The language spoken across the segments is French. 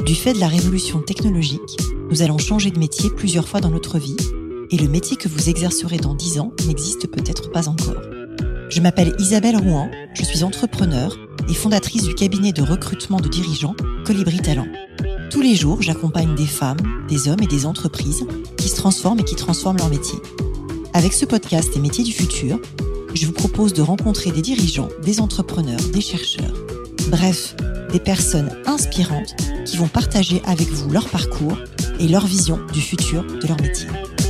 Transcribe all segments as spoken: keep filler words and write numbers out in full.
Du fait de la révolution technologique, nous allons changer de métier plusieurs fois dans notre vie et le métier que vous exercerez dans dix ans n'existe peut-être pas encore. Je m'appelle Isabelle Rouen, je suis entrepreneure et fondatrice du cabinet de recrutement de dirigeants Colibri Talent. Tous les jours, j'accompagne des femmes, des hommes et des entreprises qui se transforment et qui transforment leur métier. Avec ce podcast Les métiers du futur, je vous propose de rencontrer des dirigeants, des entrepreneurs, des chercheurs, bref, des personnes inspirantes qui vont partager avec vous leur parcours et leur vision du futur de leur métier.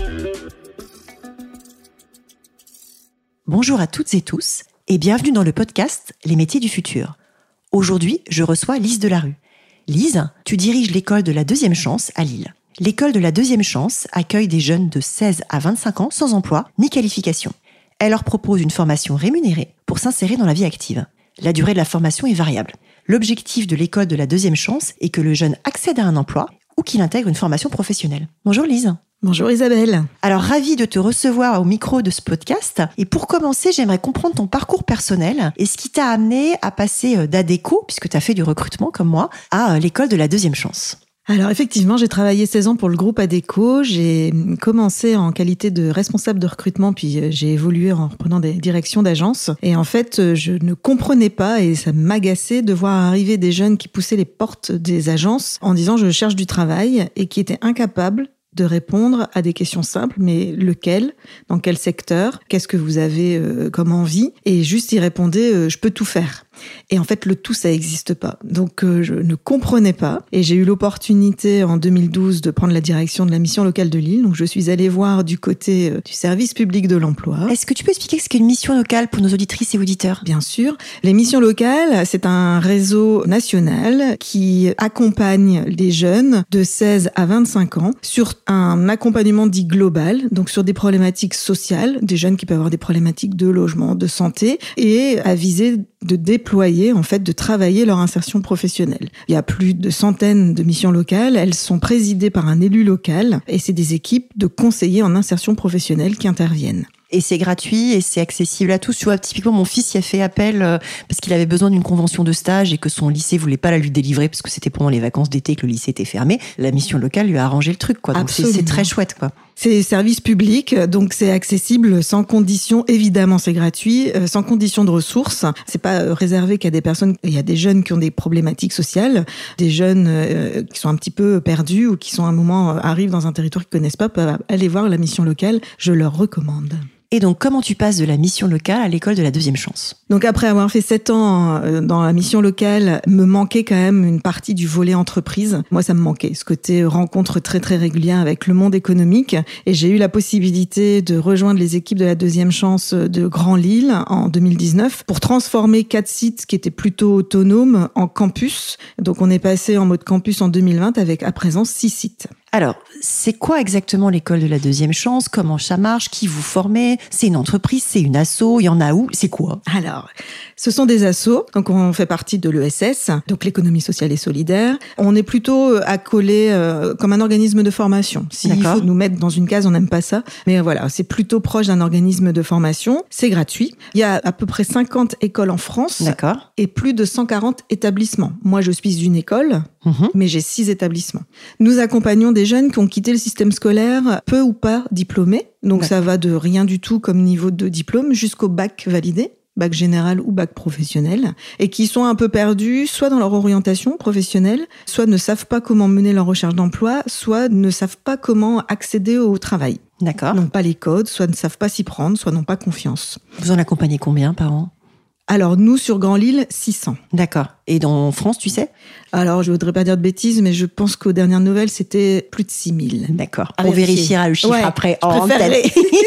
Bonjour à toutes et tous et bienvenue dans le podcast Les métiers du futur. Aujourd'hui, je reçois Lise Delarue. Lise, tu diriges l'école de la deuxième chance à Lille. L'école de la deuxième chance accueille des jeunes de seize à vingt-cinq ans sans emploi ni qualification. Elle leur propose une formation rémunérée pour s'insérer dans la vie active. La durée de la formation est variable. L'objectif de l'école de la deuxième chance est que le jeune accède à un emploi ou qu'il intègre une formation professionnelle. Bonjour Lise. Bonjour Isabelle. Alors, ravie de te recevoir au micro de ce podcast. Et pour commencer, j'aimerais comprendre ton parcours personnel et ce qui t'a amené à passer d'Adecco, puisque tu as fait du recrutement comme moi, à l'école de la deuxième chance. Alors effectivement, j'ai travaillé seize ans pour le groupe Adecco. J'ai commencé en qualité de responsable de recrutement, puis j'ai évolué en reprenant des directions d'agence. Et en fait, je ne comprenais pas et ça m'agaçait de voir arriver des jeunes qui poussaient les portes des agences en disant « je cherche du travail » et qui étaient incapables de répondre à des questions simples, mais lequel, dans quel secteur, qu'est-ce que vous avez euh, comme envie, et juste y répondaient euh, « je peux tout faire ». Et en fait, le tout, ça n'existe pas. Donc, euh, je ne comprenais pas. Et j'ai eu l'opportunité en deux mille douze de prendre la direction de la mission locale de Lille. Donc, je suis allée voir du côté euh, du service public de l'emploi. Est-ce que tu peux expliquer ce qu'est une mission locale pour nos auditrices et auditeurs ? Bien sûr. Les missions locales, c'est un réseau national qui accompagne les jeunes de seize à vingt-cinq ans sur un accompagnement dit global, donc sur des problématiques sociales, des jeunes qui peuvent avoir des problématiques de logement, de santé, et à viser de déployer, en fait, de travailler leur insertion professionnelle. Il y a plus de centaines de missions locales, elles sont présidées par un élu local et c'est des équipes de conseillers en insertion professionnelle qui interviennent. Et c'est gratuit et c'est accessible à tous. Tu vois, typiquement, mon fils y a fait appel euh, parce qu'il avait besoin d'une convention de stage et que son lycée voulait pas la lui délivrer parce que c'était pendant les vacances d'été que le lycée était fermé. La mission locale lui a arrangé le truc, quoi. Donc c'est, c'est très chouette, quoi. C'est service public, donc c'est accessible sans condition. Évidemment, c'est gratuit, euh, sans condition de ressources. C'est pas réservé qu'à des personnes. Il y a des jeunes qui ont des problématiques sociales, des jeunes euh, qui sont un petit peu perdus ou qui sont à un moment euh, arrivent dans un territoire qu'ils connaissent pas, peuvent aller voir la mission locale. Je leur recommande. Et donc, comment tu passes de la mission locale à l'école de la deuxième chance ? Donc après avoir fait sept ans dans la mission locale, me manquait quand même une partie du volet entreprise. Moi, ça me manquait, ce côté rencontre très très régulière avec le monde économique. Et j'ai eu la possibilité de rejoindre les équipes de la deuxième chance de Grand Lille en deux mille dix-neuf pour transformer quatre sites qui étaient plutôt autonomes en campus. Donc on est passé en mode campus en deux mille vingt avec à présent six sites. Alors, c'est quoi exactement l'école de la deuxième chance ? Comment ça marche ? Qui vous formez ? C'est une entreprise ? C'est une asso ? Il y en a où ? C'est quoi ? Alors, ce sont des assos. Donc, on fait partie de l'E S S, donc l'économie sociale et solidaire. On est plutôt accolé euh, comme un organisme de formation. S'il faut nous mettre dans une case, on n'aime pas ça. Mais voilà, c'est plutôt proche d'un organisme de formation. C'est gratuit. Il y a à peu près cinquante écoles en France. D'accord. Et plus de cent quarante établissements. Moi, je suis une école, mmh. mais j'ai six établissements. Nous accompagnons des jeunes qui ont quitté le système scolaire, peu ou pas diplômés. Donc D'accord. Ça va de rien du tout comme niveau de diplôme jusqu'au bac validé, bac général ou bac professionnel, et qui sont un peu perdus, soit dans leur orientation professionnelle, soit ne savent pas comment mener leur recherche d'emploi, soit ne savent pas comment accéder au travail. D'accord. N'ont pas les codes, soit ne savent pas s'y prendre, soit n'ont pas confiance. Vous en accompagnez combien par an ? Alors, nous, sur Grand Lille, six cents. D'accord. Et dans France, tu sais ? Alors, je voudrais pas dire de bêtises, mais je pense qu'aux dernières nouvelles, c'était plus de six mille. D'accord. On vérifiera le chiffre ouais, après. Je préférerais.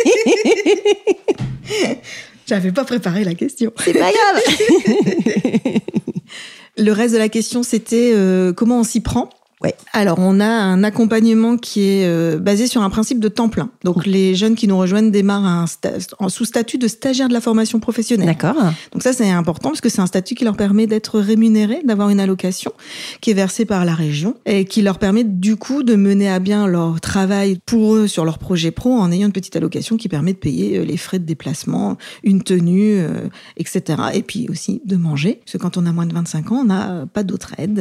J'avais pas préparé la question. C'est pas grave. Le reste de la question, c'était euh, comment on s'y prend ? Ouais. Alors, on a un accompagnement qui est euh, basé sur un principe de temps plein. Donc, mmh. les jeunes qui nous rejoignent démarrent un sta- en sous statut de stagiaire de la formation professionnelle. D'accord. Donc ça, c'est important parce que c'est un statut qui leur permet d'être rémunérés, d'avoir une allocation qui est versée par la région et qui leur permet du coup de mener à bien leur travail pour eux sur leur projet pro en ayant une petite allocation qui permet de payer les frais de déplacement, une tenue, euh, et cetera. Et puis aussi de manger, parce que quand on a moins de vingt-cinq ans, on n'a pas d'autre aide.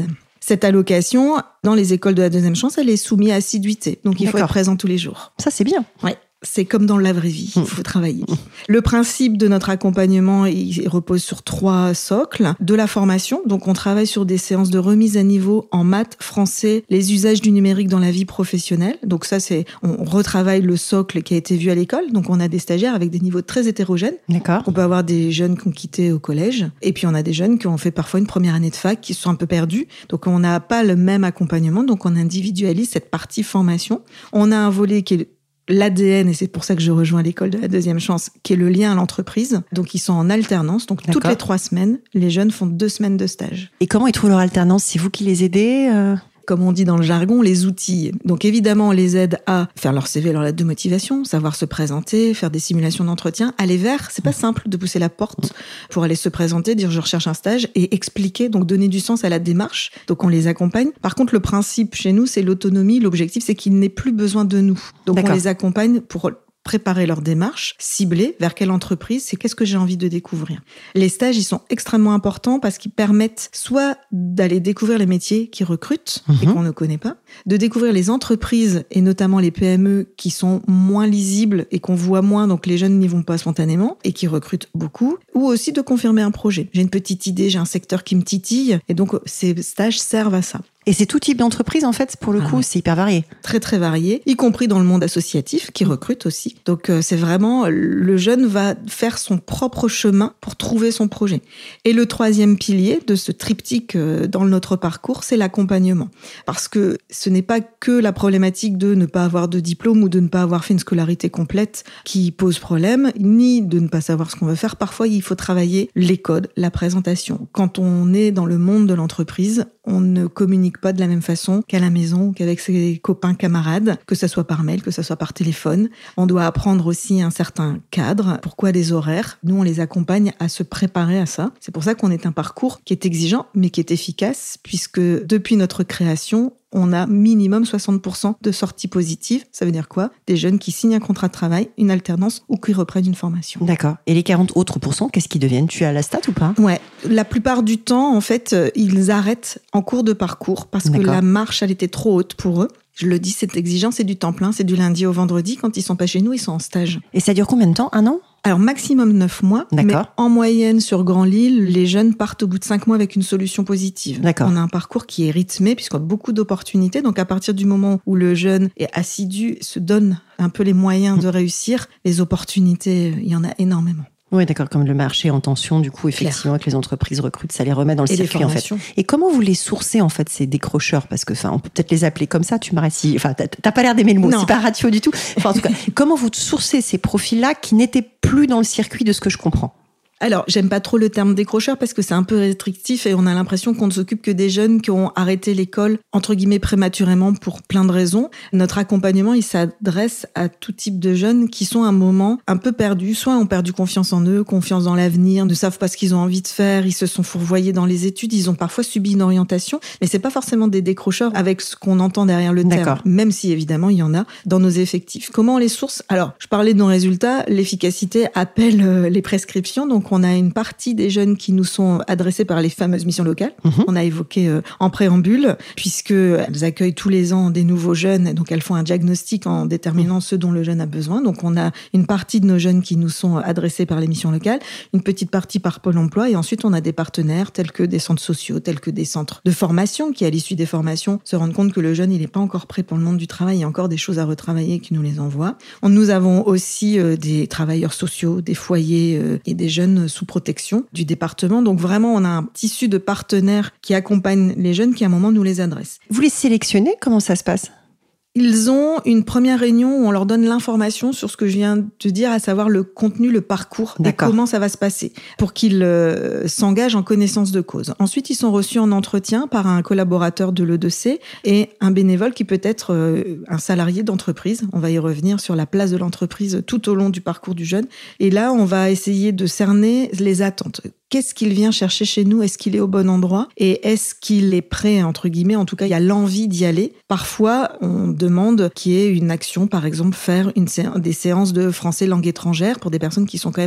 Cette allocation, dans les écoles de la deuxième chance, elle est soumise à assiduité. Donc, il D'accord. faut être présent tous les jours. Ça, c'est bien. Ouais. C'est comme dans la vraie vie, il faut travailler. Le principe de notre accompagnement, il repose sur trois socles. De la formation, donc on travaille sur des séances de remise à niveau en maths, français, les usages du numérique dans la vie professionnelle. Donc ça, c'est on retravaille le socle qui a été vu à l'école. Donc on a des stagiaires avec des niveaux très hétérogènes. D'accord. On peut avoir des jeunes qui ont quitté au collège, et puis on a des jeunes qui ont fait parfois une première année de fac, qui se sont un peu perdus. Donc on n'a pas le même accompagnement, donc on individualise cette partie formation. On a un volet qui est l'A D N, et c'est pour ça que je rejoins l'école de la deuxième chance, qui est le lien à l'entreprise. Donc, ils sont en alternance. Donc, D'accord. toutes les trois semaines, les jeunes font deux semaines de stage. Et comment ils trouvent leur alternance? C'est vous qui les aidez euh... Comme on dit dans le jargon, les outils. Donc évidemment, on les aide à faire leur C V, leur lettre de motivation, savoir se présenter, faire des simulations d'entretien. Aller vers, c'est pas simple de pousser la porte pour aller se présenter, dire je recherche un stage et expliquer, donc donner du sens à la démarche. Donc on les accompagne. Par contre, le principe chez nous, c'est l'autonomie. L'objectif, c'est qu'il n'ait plus besoin de nous. Donc D'accord. on les accompagne pour préparer leur démarche, cibler vers quelle entreprise, c'est qu'est-ce que j'ai envie de découvrir. Les stages, ils sont extrêmement importants parce qu'ils permettent soit d'aller découvrir les métiers qui recrutent mmh. et qu'on ne connaît pas, de découvrir les entreprises et notamment les P M E qui sont moins lisibles et qu'on voit moins, donc les jeunes n'y vont pas spontanément et qui recrutent beaucoup, ou aussi de confirmer un projet. J'ai une petite idée, j'ai un secteur qui me titille et donc ces stages servent à ça. Et c'est tout type d'entreprise, en fait, pour le ah coup, ouais. c'est hyper varié. Très, très varié, y compris dans le monde associatif, qui recrute aussi. Donc, euh, c'est vraiment, le jeune va faire son propre chemin pour trouver son projet. Et le troisième pilier de ce triptyque euh, dans notre parcours, c'est l'accompagnement. Parce que ce n'est pas que la problématique de ne pas avoir de diplôme ou de ne pas avoir fait une scolarité complète qui pose problème, ni de ne pas savoir ce qu'on veut faire. Parfois, il faut travailler les codes, la présentation. Quand on est dans le monde de l'entreprise, on ne communique pas de la même façon qu'à la maison, qu'avec ses copains, camarades, que ça soit par mail, que ça soit par téléphone. On doit apprendre aussi un certain cadre. Pourquoi des horaires? Nous, on les accompagne à se préparer à ça. C'est pour ça qu'on est un parcours qui est exigeant, mais qui est efficace, puisque depuis notre création, on a minimum soixante pour cent de sorties positives. Ça veut dire quoi? Des jeunes qui signent un contrat de travail, une alternance ou qui reprennent une formation. D'accord. Et les quarante autres pourcents, qu'est-ce qu'ils deviennent? Tu as la stat ou pas? Ouais. La plupart du temps, en fait, ils arrêtent en cours de parcours parce D'accord. que la marche, elle était trop haute pour eux. Je le dis, c'est exigeant, c'est du temps plein, c'est du lundi au vendredi. Quand ils sont pas chez nous, ils sont en stage. Et ça dure combien de temps? Un an? Alors, maximum neuf mois. D'accord. Mais en moyenne, sur Grand Lille, les jeunes partent au bout de cinq mois avec une solution positive. D'accord. On a un parcours qui est rythmé, puisqu'on a beaucoup d'opportunités. Donc, à partir du moment où le jeune est assidu, se donne un peu les moyens de réussir, les opportunités, il y en a énormément. Oui, d'accord, comme le marché en tension, du coup, effectivement, Claire. Que les entreprises recrutent, ça les remet dans le Et circuit, en fait. Et comment vous les sourcez, en fait, ces décrocheurs? Parce que, enfin, on peut peut-être les appeler comme ça, tu m'arrêtes si, enfin, t'as pas l'air d'aimer le mot, non. c'est pas ratio du tout. Enfin, en tout cas, comment vous sourcez ces profils-là qui n'étaient plus dans le circuit de ce que je comprends? Alors, j'aime pas trop le terme décrocheur parce que c'est un peu restrictif et on a l'impression qu'on ne s'occupe que des jeunes qui ont arrêté l'école, entre guillemets, prématurément pour plein de raisons. Notre accompagnement, il s'adresse à tout type de jeunes qui sont à un moment un peu perdus, soit ont perdu confiance en eux, confiance dans l'avenir, ne savent pas ce qu'ils ont envie de faire, ils se sont fourvoyés dans les études, ils ont parfois subi une orientation, mais c'est pas forcément des décrocheurs avec ce qu'on entend derrière le terme, même si évidemment il y en a dans nos effectifs. Comment on les source? Alors, je parlais de nos résultats, l'efficacité appelle euh, les prescriptions, donc on a une partie des jeunes qui nous sont adressés par les fameuses missions locales. Mmh. On a évoqué euh, en préambule, puisqu'elles accueillent tous les ans des nouveaux jeunes, donc elles font un diagnostic en déterminant mmh. ce dont le jeune a besoin. Donc on a une partie de nos jeunes qui nous sont adressés par les missions locales, une petite partie par Pôle emploi, et ensuite on a des partenaires tels que des centres sociaux, tels que des centres de formation, qui à l'issue des formations se rendent compte que le jeune il n'est pas encore prêt pour le monde du travail, il y a encore des choses à retravailler qui nous les envoient. Nous avons aussi euh, des travailleurs sociaux, des foyers euh, et des jeunes sous protection du département. Donc vraiment, on a un tissu de partenaires qui accompagnent les jeunes qui, à un moment, nous les adressent. Vous les sélectionnez? Comment ça se passe? Ils ont une première réunion où on leur donne l'information sur ce que je viens de dire, à savoir le contenu, le parcours D'accord. et comment ça va se passer pour qu'ils euh, s'engagent en connaissance de cause. Ensuite, ils sont reçus en entretien par un collaborateur de l'E deux C et un bénévole qui peut être euh, un salarié d'entreprise. On va y revenir sur la place de l'entreprise tout au long du parcours du jeune. Et là, on va essayer de cerner les attentes. Qu'est-ce qu'il vient chercher chez nous? Est-ce qu'il est au bon endroit? Et est-ce qu'il est prêt, entre guillemets? En tout cas, il y a l'envie d'y aller. Parfois, on demande qu'il y ait une action, par exemple, faire une sé- des séances de français langue étrangère pour des personnes qui sont quand même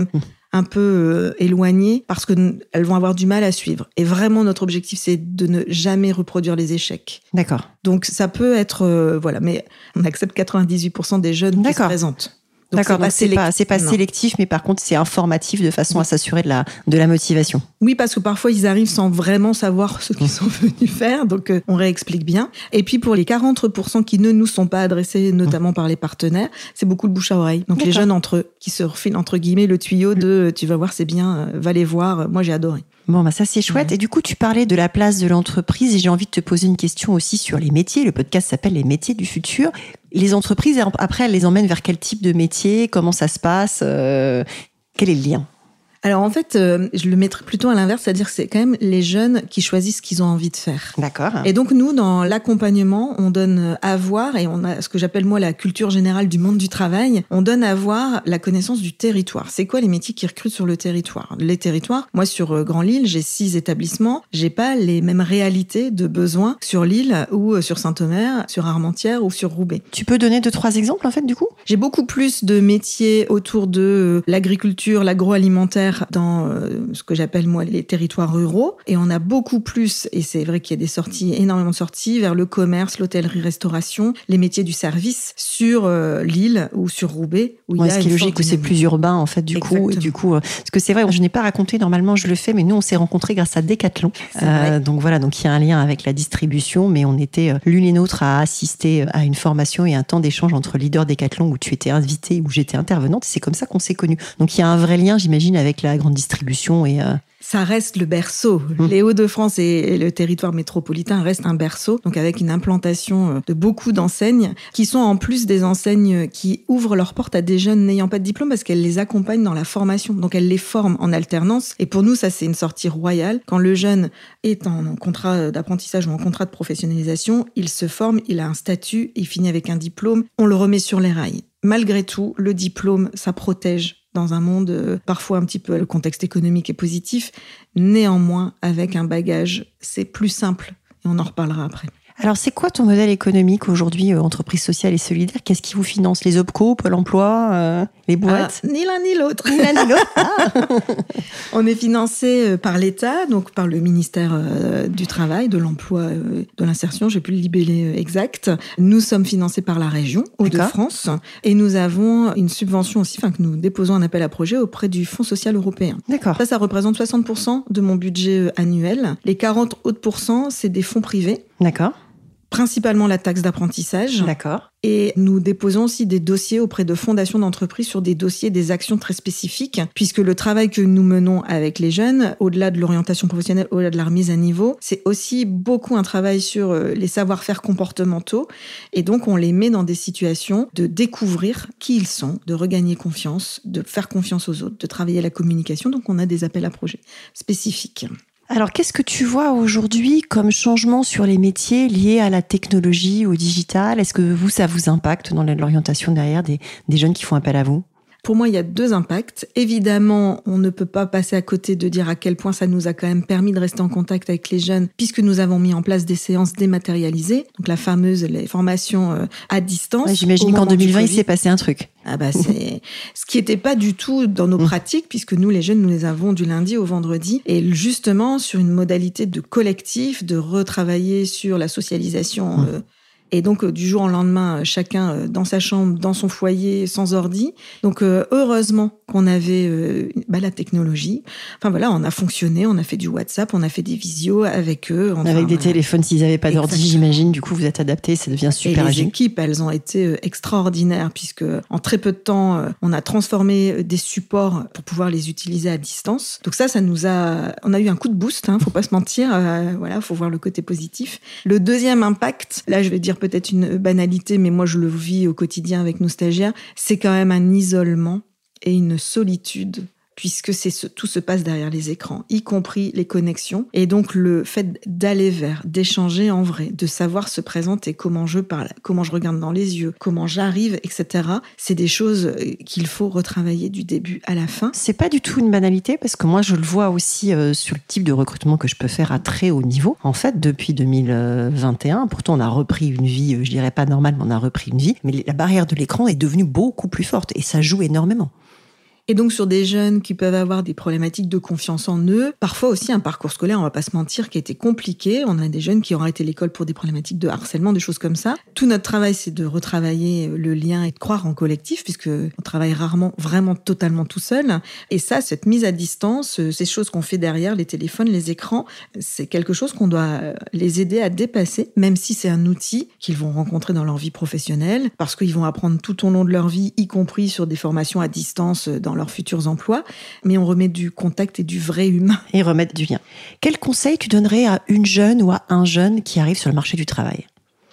un peu euh, éloignées parce qu'elles vont avoir du mal à suivre. Et vraiment, notre objectif, c'est de ne jamais reproduire les échecs. D'accord. Donc, ça peut être... Euh, voilà, mais on accepte quatre-vingt-dix-huit pour cent des jeunes D'accord. qui se présentent. Donc, D'accord, c'est pas, donc c'est pas, c'est pas sélectif, mais par contre, c'est informatif de façon à s'assurer de la, de la motivation. Oui, parce que parfois, ils arrivent sans vraiment savoir ce qu'ils sont venus faire, donc euh, on réexplique bien. Et puis, pour les quarante pour cent qui ne nous sont pas adressés, notamment par les partenaires, c'est beaucoup le bouche à oreille. Donc, D'accord. les jeunes entre eux, qui se refilent, entre guillemets, le tuyau de « tu vas voir, c'est bien, euh, va les voir, moi j'ai adoré ». Bon, bah ça c'est chouette. Ouais. Et du coup, tu parlais de la place de l'entreprise et j'ai envie de te poser une question aussi sur les métiers. Le podcast s'appelle Les métiers du futur. Les entreprises, après, elles les emmènent vers quel type de métier? Comment ça se passe? euh, Quel est le lien? Alors en fait, euh, je le mettrais plutôt à l'inverse, c'est-à-dire que c'est quand même les jeunes qui choisissent ce qu'ils ont envie de faire. D'accord. Et donc nous, dans l'accompagnement, on donne à voir, et on a ce que j'appelle moi la culture générale du monde du travail, on donne à voir la connaissance du territoire. C'est quoi les métiers qui recrutent sur le territoire? Les territoires, moi sur Grand Lille, j'ai six établissements, j'ai pas les mêmes réalités de besoins sur Lille ou sur Saint-Omer, sur Armentières ou sur Roubaix. Tu peux donner deux, trois exemples en fait du coup? J'ai beaucoup plus de métiers autour de l'agriculture, l'agroalimentaire, dans euh, ce que j'appelle moi les territoires ruraux, et on a beaucoup plus, et c'est vrai qu'il y a des sorties, énormément de sorties vers le commerce, l'hôtellerie-restauration, les métiers du service sur euh, Lille ou sur Roubaix, où ouais, il y a ce qui est logique, que c'est plus urbain en fait du Exactement. coup, et du coup, euh, parce que c'est vrai, je n'ai pas raconté, normalement je le fais, mais nous on s'est rencontrés grâce à Decathlon, euh, donc voilà, donc il y a un lien avec la distribution, mais on était euh, l'une et l'autre à assister à une formation et un temps d'échange entre leaders Decathlon où tu étais invitée, où j'étais intervenante, et c'est comme ça qu'on s'est connus. Donc il y a un vrai lien, j'imagine, avec la grande distribution et euh... ça reste le berceau. Mmh. Les Hauts-de-France et le territoire métropolitain restent un berceau, donc avec une implantation de beaucoup d'enseignes qui sont en plus des enseignes qui ouvrent leurs portes à des jeunes n'ayant pas de diplôme parce qu'elles les accompagnent dans la formation. Donc elles les forment en alternance. Et pour nous, ça c'est une sortie royale. Quand le jeune est en contrat d'apprentissage ou en contrat de professionnalisation, il se forme, il a un statut, il finit avec un diplôme, on le remet sur les rails. Malgré tout, le diplôme, ça protège dans un monde, euh, parfois un petit peu, le contexte économique est positif. Néanmoins, avec un bagage, c'est plus simple. Et on en reparlera après. Alors, c'est quoi ton modèle économique aujourd'hui, euh, entreprise sociale et solidaire? Qu'est-ce qui vous finance? Les OPCO, Pôle emploi, euh, les boîtes? Ah, ni l'un ni l'autre. Ni l'un ni l'autre. Ah. On est financé par l'État, donc par le ministère euh, du Travail, de l'Emploi, euh, de l'Insertion, j'ai plus le libellé exact. Nous sommes financés par la région Hauts-de-France et nous avons une subvention aussi, enfin que nous déposons un appel à projet auprès du Fonds social européen. D'accord. Ça, ça représente soixante pour cent de mon budget annuel. Les quarante autres pourcents, c'est des fonds privés. D'accord. Principalement la taxe d'apprentissage. D'accord. Et nous déposons aussi des dossiers auprès de fondations d'entreprises sur des dossiers, des actions très spécifiques, puisque le travail que nous menons avec les jeunes, au-delà de l'orientation professionnelle, au-delà de la remise à niveau, c'est aussi beaucoup un travail sur les savoir-faire comportementaux. Et donc, on les met dans des situations de découvrir qui ils sont, de regagner confiance, de faire confiance aux autres, de travailler la communication. Donc, on a des appels à projets spécifiques. Alors, qu'est-ce que tu vois aujourd'hui comme changement sur les métiers liés à la technologie, au digital? Est-ce que vous, ça vous impacte dans l'orientation derrière des, des jeunes qui font appel à vous? Pour moi, il y a deux impacts. Évidemment, on ne peut pas passer à côté de dire à quel point ça nous a quand même permis de rester en contact avec les jeunes, puisque nous avons mis en place des séances dématérialisées, donc la fameuse les formations à distance. Ouais, j'imagine qu'en deux mille vingt, il s'est passé un truc. Ah bah c'est ce qui n'était pas du tout dans nos pratiques, puisque nous, les jeunes, nous les avons du lundi au vendredi. Et justement, sur une modalité de collectif, de retravailler sur la socialisation... Mmh. Euh, Et donc, du jour au lendemain, chacun dans sa chambre, dans son foyer, sans ordi. Donc, euh, heureusement qu'on avait euh, bah, la technologie. Enfin, voilà, on a fonctionné, on a fait du WhatsApp, on a fait des visios avec eux. Enfin, avec des voilà. téléphones, s'ils n'avaient pas d'ordi, j'imagine. Du coup, vous êtes adaptés, ça devient super agile. Et les équipes, elles ont été extraordinaires, puisque en très peu de temps, on a transformé des supports pour pouvoir les utiliser à distance. Donc ça, ça nous a... On a eu un coup de boost, hein, faut pas se mentir. Euh, voilà, faut voir le côté positif. Le deuxième impact, là, je vais dire peut-être une banalité, mais moi je le vis au quotidien avec nos stagiaires, c'est quand même un isolement et une solitude, puisque c'est ce, tout se passe derrière les écrans, y compris les connexions. Et donc le fait d'aller vers, d'échanger en vrai, de savoir se présenter, comment je parle, comment je regarde dans les yeux, comment j'arrive, et cetera, c'est des choses qu'il faut retravailler du début à la fin. C'est pas du tout une banalité, parce que moi je le vois aussi euh, sur le type de recrutement que je peux faire à très haut niveau. En fait, depuis deux mille vingt et un, pourtant on a repris une vie, je dirais pas normale, mais on a repris une vie, mais la barrière de l'écran est devenue beaucoup plus forte, et ça joue énormément. Et donc sur des jeunes qui peuvent avoir des problématiques de confiance en eux, parfois aussi un parcours scolaire, on va pas se mentir, qui a été compliqué. On a des jeunes qui ont arrêté l'école pour des problématiques de harcèlement, des choses comme ça. Tout notre travail, c'est de retravailler le lien et de croire en collectif, puisque on travaille rarement vraiment totalement tout seul. Et ça, cette mise à distance, ces choses qu'on fait derrière, les téléphones, les écrans, c'est quelque chose qu'on doit les aider à dépasser, même si c'est un outil qu'ils vont rencontrer dans leur vie professionnelle, parce qu'ils vont apprendre tout au long de leur vie, y compris sur des formations à distance dans leurs futurs emplois. Mais on remet du contact et du vrai humain. Et remettre du lien. Quel conseil tu donnerais à une jeune ou à un jeune qui arrive sur le marché du travail ?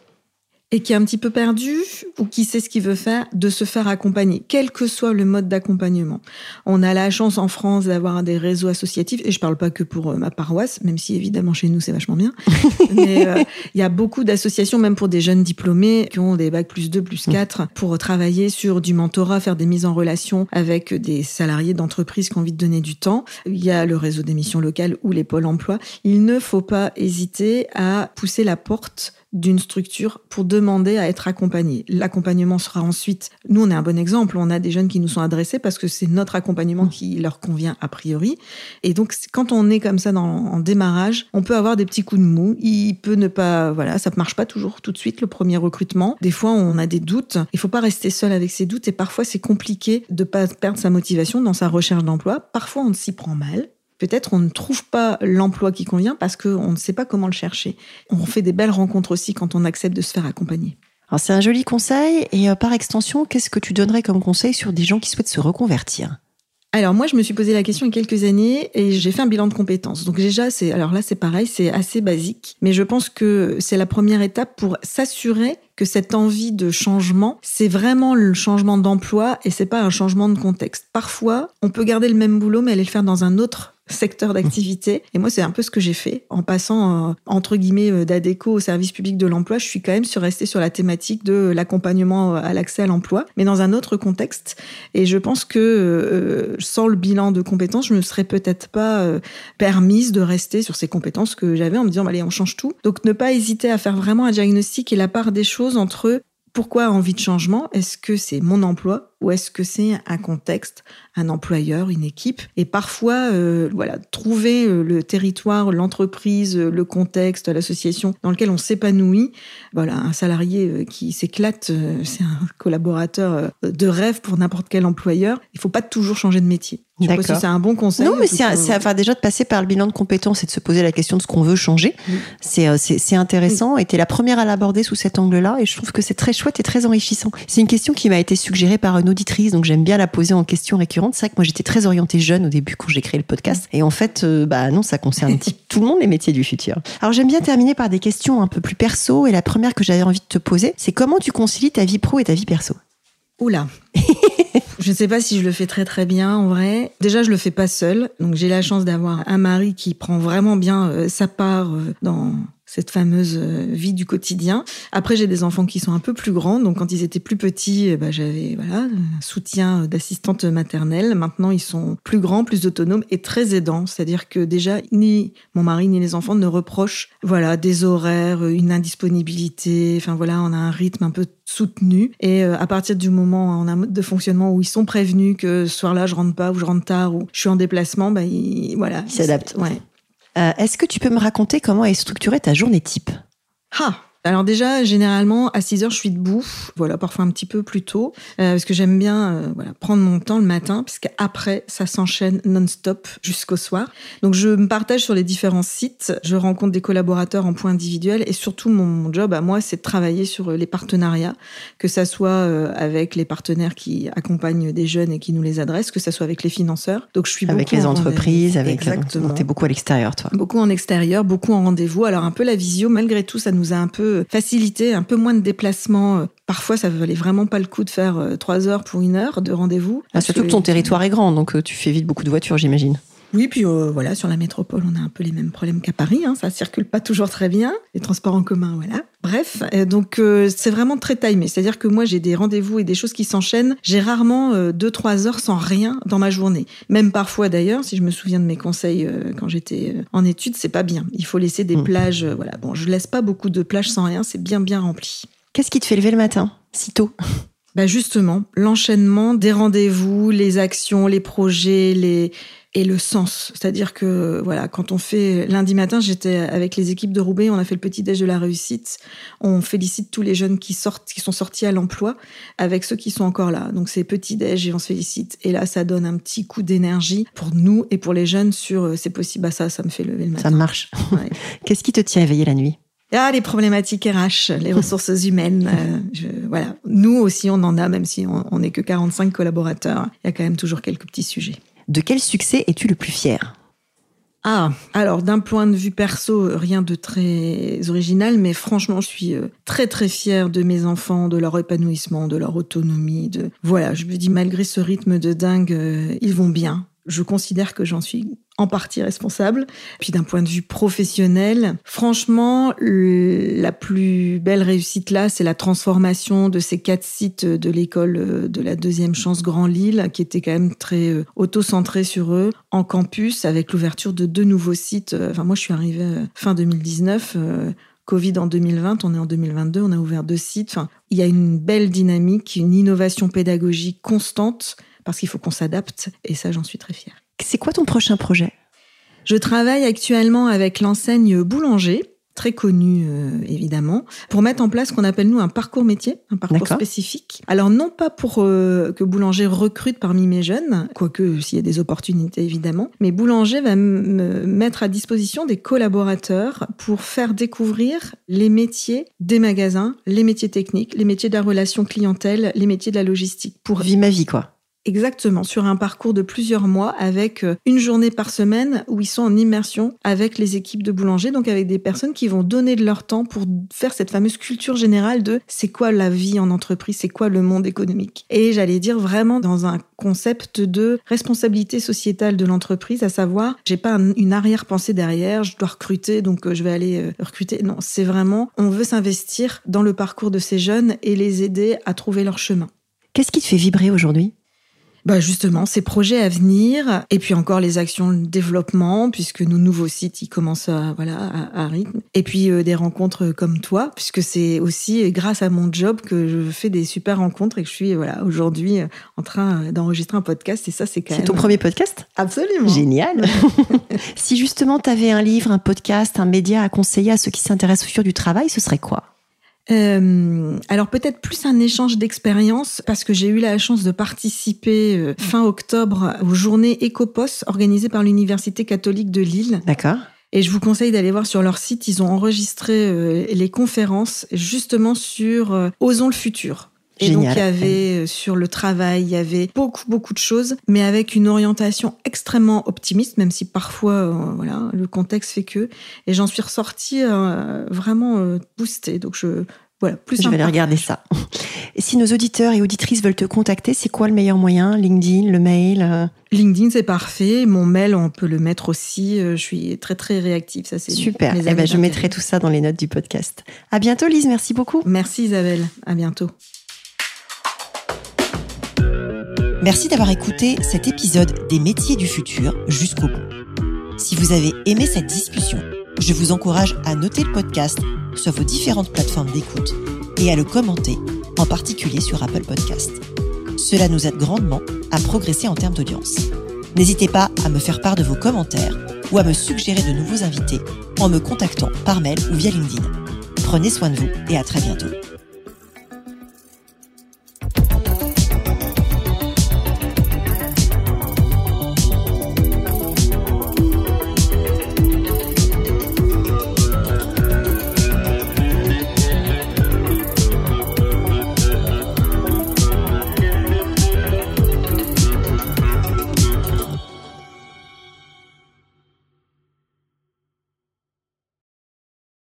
Et qui est un petit peu perdu ou qui sait ce qu'il veut faire, de se faire accompagner, quel que soit le mode d'accompagnement. On a la chance en France d'avoir des réseaux associatifs, et je parle pas que pour ma paroisse, même si évidemment chez nous c'est vachement bien, mais il euh, y a beaucoup d'associations, même pour des jeunes diplômés qui ont des bacs plus deux, plus quatre, pour travailler sur du mentorat, faire des mises en relation avec des salariés d'entreprises qui ont envie de donner du temps. Il y a le réseau des missions locales ou les pôles emploi. Il ne faut pas hésiter à pousser la porte d'une structure pour demander à être accompagné. L'accompagnement sera ensuite... Nous, on est un bon exemple. On a des jeunes qui nous sont adressés parce que c'est notre accompagnement qui leur convient a priori. Et donc, quand on est comme ça dans, en démarrage, on peut avoir des petits coups de mou. Il peut ne pas... Voilà, ça ne marche pas toujours tout de suite, le premier recrutement. Des fois, on a des doutes. Il ne faut pas rester seul avec ses doutes. Et parfois, c'est compliqué de ne pas perdre sa motivation dans sa recherche d'emploi. Parfois, on s'y prend mal. Peut-être on ne trouve pas l'emploi qui convient parce qu'on ne sait pas comment le chercher. On fait des belles rencontres aussi quand on accepte de se faire accompagner. Alors c'est un joli conseil et euh, par extension, qu'est-ce que tu donnerais comme conseil sur des gens qui souhaitent se reconvertir ? Alors moi, je me suis posé la question il y a quelques années et j'ai fait un bilan de compétences. Donc déjà, c'est alors là, c'est pareil, c'est assez basique. Mais je pense que c'est la première étape pour s'assurer que cette envie de changement, c'est vraiment le changement d'emploi et c'est pas un changement de contexte. Parfois, on peut garder le même boulot, mais aller le faire dans un autre secteur d'activité. Et moi, c'est un peu ce que j'ai fait. En passant, euh, entre guillemets, d'Adecco au service public de l'emploi, je suis quand même sur, restée sur la thématique de l'accompagnement à l'accès à l'emploi, mais dans un autre contexte. Et je pense que euh, sans le bilan de compétences, je me serais peut-être pas euh, permise de rester sur ces compétences que j'avais en me disant, bah, allez, on change tout. Donc, ne pas hésiter à faire vraiment un diagnostic et la part des choses entre pourquoi envie de changement ? Est-ce que c'est mon emploi ou est-ce que c'est un contexte, un employeur, une équipe ? Et parfois, euh, voilà, trouver le territoire, l'entreprise, le contexte, l'association dans lequel on s'épanouit. Voilà, un salarié qui s'éclate, c'est un collaborateur de rêve pour n'importe quel employeur. Il ne faut pas toujours changer de métier. Je sais pas si c'est un bon conseil. Non, mais c'est, c'est enfin, déjà de passer par le bilan de compétences et de se poser la question de ce qu'on veut changer. Oui. C'est, c'est, c'est intéressant. Oui. Et t'es la première à l'aborder sous cet angle-là. Et je trouve que c'est très chouette et très enrichissant. C'est une question qui m'a été suggérée par une auditrice, donc j'aime bien la poser en question récurrente. C'est vrai que moi, j'étais très orientée jeune au début quand j'ai créé le podcast. Et en fait, euh, bah non, ça concerne tout le monde, les métiers du futur. Alors, j'aime bien terminer par des questions un peu plus perso. Et la première que j'avais envie de te poser, c'est comment tu concilies ta vie pro et ta vie perso ? Oula. Je ne sais pas si je le fais très très bien en vrai. Déjà, je le fais pas seule. Donc j'ai la chance d'avoir un mari qui prend vraiment bien euh, sa part euh, dans cette fameuse vie du quotidien. Après, j'ai des enfants qui sont un peu plus grands, donc quand ils étaient plus petits, bah, j'avais voilà, un soutien d'assistante maternelle. Maintenant, ils sont plus grands, plus autonomes et très aidants. C'est-à-dire que déjà, ni mon mari ni les enfants ne reprochent voilà, des horaires, une indisponibilité. Enfin voilà, on a un rythme un peu soutenu. Et euh, à partir du moment où on a un mode de fonctionnement où ils sont prévenus que ce soir-là, je rentre pas ou je rentre tard ou je suis en déplacement, bah, ils, voilà, ils s'adaptent. Ouais. Euh, est-ce que tu peux me raconter comment est structurée ta journée type ? Ah, alors déjà, généralement, à six heures, je suis debout. Voilà, parfois un petit peu plus tôt. Euh, parce que j'aime bien euh, voilà, prendre mon temps le matin, puisqu'après, ça s'enchaîne non-stop jusqu'au soir. Donc, je me partage sur les différents sites. Je rencontre des collaborateurs en point individuel. Et surtout, mon, mon job, à moi, c'est de travailler sur les partenariats. Que ça soit euh, avec les partenaires qui accompagnent des jeunes et qui nous les adressent, que ça soit avec les financeurs. Donc, je suis avec les entreprises, avec Exactement. T'es beaucoup à l'extérieur, toi. Beaucoup en extérieur, beaucoup en rendez-vous. Alors, un peu la visio, malgré tout, ça nous a un peu facilité, un peu moins de déplacements. Parfois, ça valait vraiment pas le coup de faire trois heures pour une heure de rendez-vous. Ah, surtout que ton territoire est grand, donc tu fais vite beaucoup de voitures, j'imagine. Oui, puis euh, voilà, sur la métropole, on a un peu les mêmes problèmes qu'à Paris. Hein, ça circule pas toujours très bien. Les transports en commun, voilà. Bref, euh, donc euh, c'est vraiment très timé. C'est-à-dire que moi, j'ai des rendez-vous et des choses qui s'enchaînent. J'ai rarement euh, deux, trois heures sans rien dans ma journée. Même parfois, d'ailleurs, si je me souviens de mes conseils euh, quand j'étais euh, en études, c'est pas bien. Il faut laisser des mmh. plages. Euh, voilà. Bon, je laisse pas beaucoup de plages sans rien. C'est bien, bien rempli. Qu'est-ce qui te fait lever le matin, si tôt ? Bah justement, l'enchaînement des rendez-vous, les actions, les projets, les... et le sens. C'est-à-dire que, voilà, quand on fait... Lundi matin, j'étais avec les équipes de Roubaix, on a fait le petit-déj de la réussite. On félicite tous les jeunes qui sortent, qui sont sortis à l'emploi, avec ceux qui sont encore là. Donc, c'est petit-déj et on se félicite. Et là, ça donne un petit coup d'énergie pour nous et pour les jeunes sur euh, c'est possible, bah ça, ça me fait lever le matin. Ça marche. Ouais. Qu'est-ce qui te tient éveillé la nuit ? Ah, les problématiques R H, les ressources humaines. Euh, je, voilà. Nous aussi, on en a, même si on n'est que quarante-cinq collaborateurs. Il y a quand même toujours quelques petits sujets. De quel succès es-tu le plus fier ? Ah, alors d'un point de vue perso, rien de très original, mais franchement, je suis très très fière de mes enfants, de leur épanouissement, de leur autonomie. De Voilà, je me dis, malgré ce rythme de dingue, euh, ils vont bien. Je considère que j'en suis en partie responsable. Puis d'un point de vue professionnel, franchement, la plus belle réussite là, c'est la transformation de ces quatre sites de l'école de la deuxième chance Grand Lille, qui était quand même très auto-centré sur eux, en campus, avec l'ouverture de deux nouveaux sites. Enfin, moi, je suis arrivée fin deux mille dix-neuf, euh, Covid en deux mille vingt, on est en deux mille vingt-deux, on a ouvert deux sites. Enfin, il y a une belle dynamique, une innovation pédagogique constante, parce qu'il faut qu'on s'adapte, et ça, j'en suis très fière. C'est quoi ton prochain projet ? Je travaille actuellement avec l'enseigne Boulanger, très connue euh, évidemment, pour mettre en place ce qu'on appelle nous un parcours métier, un parcours D'accord. spécifique. Alors non pas pour euh, que Boulanger recrute parmi mes jeunes, quoique s'il y a des opportunités évidemment, mais Boulanger va me mettre à disposition des collaborateurs pour faire découvrir les métiers des magasins, les métiers techniques, les métiers de la relation clientèle, les métiers de la logistique. Pour Vie ma vie quoi. Exactement, sur un parcours de plusieurs mois avec une journée par semaine où ils sont en immersion avec les équipes de Boulanger, donc avec des personnes qui vont donner de leur temps pour faire cette fameuse culture générale de c'est quoi la vie en entreprise, c'est quoi le monde économique. Et j'allais dire vraiment dans un concept de responsabilité sociétale de l'entreprise, à savoir, j'ai pas un, une arrière-pensée derrière, je dois recruter, donc je vais aller recruter. Non, c'est vraiment, on veut s'investir dans le parcours de ces jeunes et les aider à trouver leur chemin. Qu'est-ce qui te fait vibrer aujourd'hui ? Bah justement, ces projets à venir, et puis encore les actions de développement, puisque nos nouveaux sites, ils commencent à, voilà, à, à rythme. Et puis euh, des rencontres comme toi, puisque c'est aussi grâce à mon job que je fais des super rencontres et que je suis voilà, aujourd'hui en train d'enregistrer un podcast. Et ça, c'est quand c'est même... ton premier podcast ? Absolument. Génial. Si justement tu avais un livre, un podcast, un média à conseiller à ceux qui s'intéressent au futur du travail, ce serait quoi ? Euh, alors peut-être plus un échange d'expériences parce que j'ai eu la chance de participer euh, fin octobre aux journées Ecopos organisées par l'Université catholique de Lille. D'accord. Et je vous conseille d'aller voir sur leur site, ils ont enregistré euh, les conférences justement sur euh, Osons le futur. Et Génial. Donc, il y avait euh, sur le travail, il y avait beaucoup, beaucoup de choses, mais avec une orientation extrêmement optimiste, même si parfois, euh, voilà, le contexte fait que. Et j'en suis ressortie euh, vraiment euh, boostée. Donc, je, voilà, plus Je vais aller regarder ça. Et si nos auditeurs et auditrices veulent te contacter, c'est quoi le meilleur moyen ? LinkedIn, le mail euh... LinkedIn, c'est parfait. Mon mail, on peut le mettre aussi. Je suis très, très réactive. Ça, c'est super. Eh ben, je mettrai tout ça dans les notes du podcast. À bientôt, Lise. Merci beaucoup. Merci, Isabelle. À bientôt. Merci d'avoir écouté cet épisode des métiers du futur jusqu'au bout. Si vous avez aimé cette discussion, je vous encourage à noter le podcast sur vos différentes plateformes d'écoute et à le commenter, en particulier sur Apple Podcasts. Cela nous aide grandement à progresser en termes d'audience. N'hésitez pas à me faire part de vos commentaires ou à me suggérer de nouveaux invités en me contactant par mail ou via LinkedIn. Prenez soin de vous et à très bientôt.